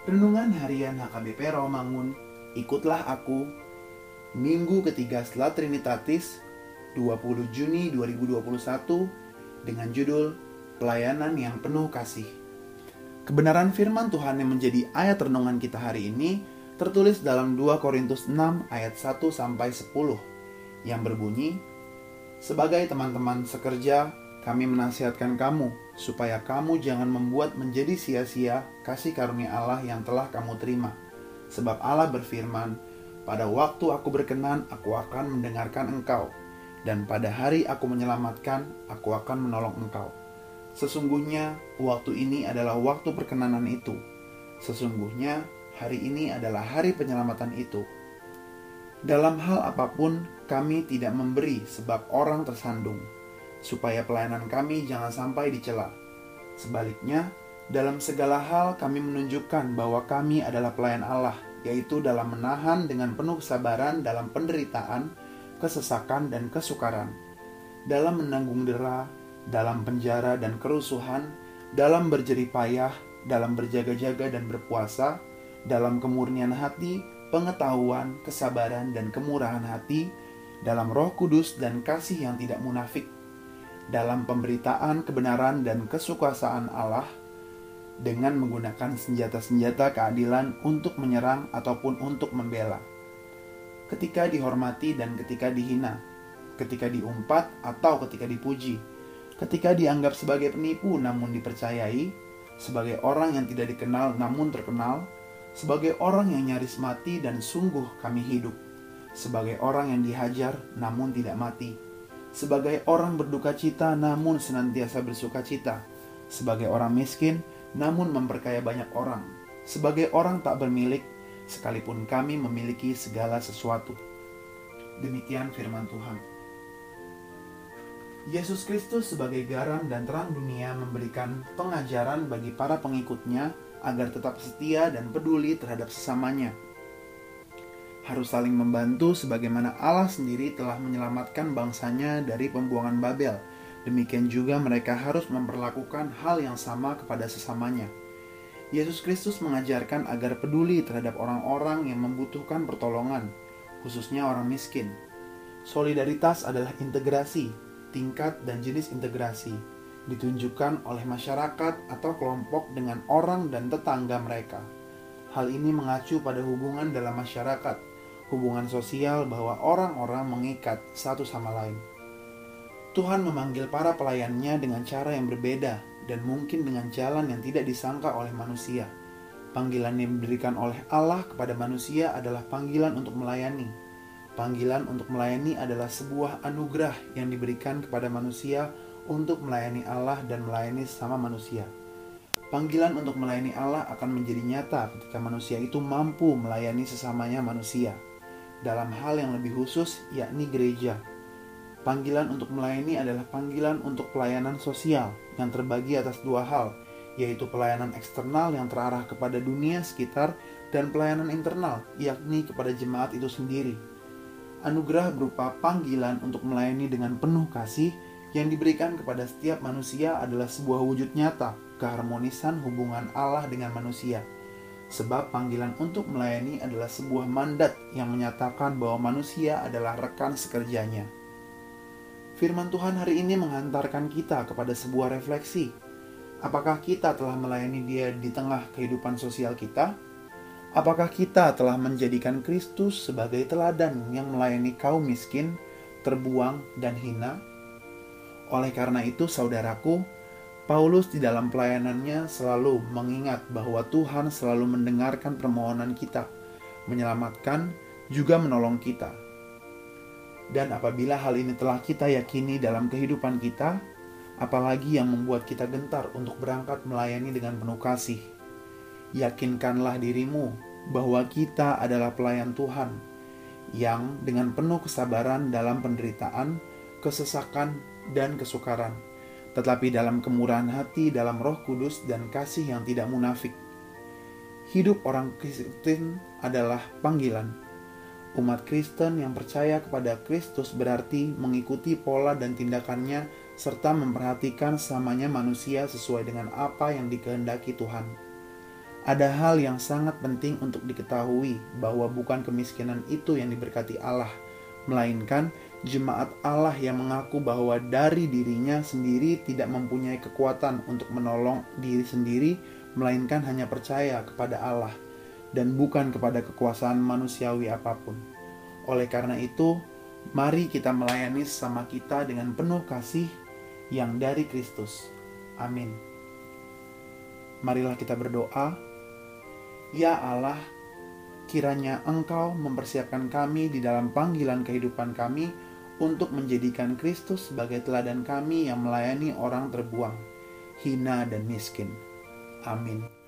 Renungan Harian HKBP Rawamangun, ikutlah aku, Minggu ketiga setelah Trinitatis, 20 Juni 2021, dengan judul Pelayanan yang Penuh Kasih. Kebenaran firman Tuhan yang menjadi ayat renungan kita hari ini tertulis dalam 2 Korintus 6 ayat 1-10 yang berbunyi, "Sebagai teman-teman sekerja, kami menasihatkan kamu supaya kamu jangan membuat menjadi sia-sia kasih karunia Allah yang telah kamu terima. Sebab Allah berfirman, pada waktu aku berkenan, aku akan mendengarkan engkau. Dan pada hari aku menyelamatkan, aku akan menolong engkau. Sesungguhnya waktu ini adalah waktu perkenanan itu. Sesungguhnya hari ini adalah hari penyelamatan itu. Dalam hal apapun kami tidak memberi sebab orang tersandung, supaya pelayanan kami jangan sampai dicela. Sebaliknya, dalam segala hal kami menunjukkan bahwa kami adalah pelayan Allah, yaitu dalam menahan dengan penuh kesabaran dalam penderitaan, kesesakan dan kesukaran, dalam menanggung dera, dalam penjara dan kerusuhan, dalam berjerih payah, dalam berjaga-jaga dan berpuasa, dalam kemurnian hati, pengetahuan, kesabaran dan kemurahan hati, dalam Roh Kudus dan kasih yang tidak munafik, dalam pemberitaan kebenaran dan kesukasan Allah, dengan menggunakan senjata-senjata keadilan untuk menyerang ataupun untuk membela, ketika dihormati dan ketika dihina, ketika diumpat atau ketika dipuji, ketika dianggap sebagai penipu namun dipercayai, sebagai orang yang tidak dikenal namun terkenal, sebagai orang yang nyaris mati dan sungguh kami hidup, sebagai orang yang dihajar namun tidak mati, sebagai orang berduka cita namun senantiasa bersuka cita, sebagai orang miskin namun memperkaya banyak orang, sebagai orang tak bermilik sekalipun kami memiliki segala sesuatu." Demikian firman Tuhan. Yesus Kristus sebagai garam dan terang dunia memberikan pengajaran bagi para pengikutnya agar tetap setia dan peduli terhadap sesamanya. Harus saling membantu sebagaimana Allah sendiri telah menyelamatkan bangsanya dari pembuangan Babel. Demikian juga mereka harus memperlakukan hal yang sama kepada sesamanya. Yesus Kristus mengajarkan agar peduli terhadap orang-orang yang membutuhkan pertolongan, khususnya orang miskin. Solidaritas adalah integrasi, tingkat dan jenis integrasi, ditunjukkan oleh masyarakat atau kelompok dengan orang dan tetangga mereka. Hal ini mengacu pada hubungan dalam masyarakat, hubungan sosial bahwa orang-orang mengikat satu sama lain. Tuhan memanggil para pelayannya dengan cara yang berbeda dan mungkin dengan jalan yang tidak disangka oleh manusia. Panggilan yang diberikan oleh Allah kepada manusia adalah panggilan untuk melayani. Panggilan untuk melayani adalah sebuah anugerah yang diberikan kepada manusia untuk melayani Allah dan melayani sesama manusia. Panggilan untuk melayani Allah akan menjadi nyata ketika manusia itu mampu melayani sesamanya manusia, dalam hal yang lebih khusus yakni gereja. Panggilan untuk melayani adalah panggilan untuk pelayanan sosial yang terbagi atas dua hal, yaitu pelayanan eksternal yang terarah kepada dunia sekitar dan pelayanan internal yakni kepada jemaat itu sendiri. Anugerah berupa panggilan untuk melayani dengan penuh kasih yang diberikan kepada setiap manusia adalah sebuah wujud nyata keharmonisan hubungan Allah dengan manusia. Sebab panggilan untuk melayani adalah sebuah mandat yang menyatakan bahwa manusia adalah rekan sekerjanya. Firman Tuhan hari ini menghantarkan kita kepada sebuah refleksi. Apakah kita telah melayani Dia di tengah kehidupan sosial kita? Apakah kita telah menjadikan Kristus sebagai teladan yang melayani kaum miskin, terbuang, dan hina? Oleh karena itu, saudaraku, Paulus di dalam pelayanannya selalu mengingat bahwa Tuhan selalu mendengarkan permohonan kita, menyelamatkan, juga menolong kita. Dan apabila hal ini telah kita yakini dalam kehidupan kita, apalagi yang membuat kita gentar untuk berangkat melayani dengan penuh kasih. Yakinkanlah dirimu bahwa kita adalah pelayan Tuhan, yang dengan penuh kesabaran dalam penderitaan, kesesakan, dan kesukaran, tetapi dalam kemurahan hati, dalam Roh Kudus dan kasih yang tidak munafik. Hidup orang Kristen adalah panggilan. Umat Kristen yang percaya kepada Kristus berarti mengikuti pola dan tindakannya serta memperhatikan sesamanya manusia sesuai dengan apa yang dikehendaki Tuhan. Ada hal yang sangat penting untuk diketahui, bahwa bukan kemiskinan itu yang diberkati Allah, melainkan jemaat Allah yang mengaku bahwa dari dirinya sendiri tidak mempunyai kekuatan untuk menolong diri sendiri, melainkan hanya percaya kepada Allah dan bukan kepada kekuasaan manusiawi apapun. Oleh karena itu, mari kita melayani sesama kita dengan penuh kasih yang dari Kristus. Amin. Marilah kita berdoa. Ya Allah, kiranya Engkau mempersiapkan kami di dalam panggilan kehidupan kami untuk menjadikan Kristus sebagai teladan kami yang melayani orang terbuang, hina dan miskin. Amin.